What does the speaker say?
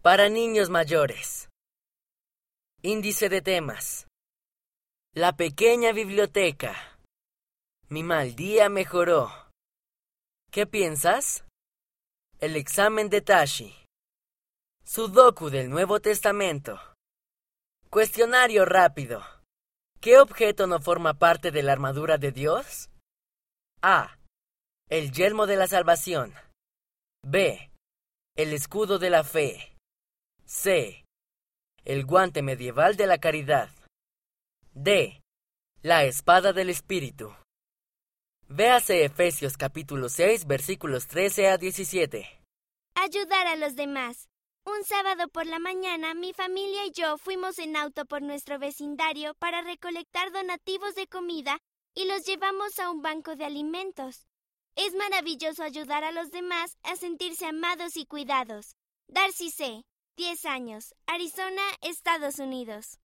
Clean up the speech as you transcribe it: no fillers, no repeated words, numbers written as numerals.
Para niños mayores. Índice de temas. La pequeña biblioteca. Mi mal día mejoró. ¿Qué piensas? El examen de Tashi. Sudoku del Nuevo Testamento. Cuestionario rápido. ¿Qué objeto no forma parte de la armadura de Dios? A. El yelmo de la salvación. B. El escudo de la fe. C. El guante medieval de la caridad. D. La espada del espíritu. Véase Efesios capítulo 6, versículos 13 a 17. Ayudar a los demás. Un sábado por la mañana, mi familia y yo fuimos en auto por nuestro vecindario para recolectar donativos de comida y los llevamos a un banco de alimentos. Es maravilloso ayudar a los demás a sentirse amados y cuidados. Darcy C., 10 años, Arizona, Estados Unidos.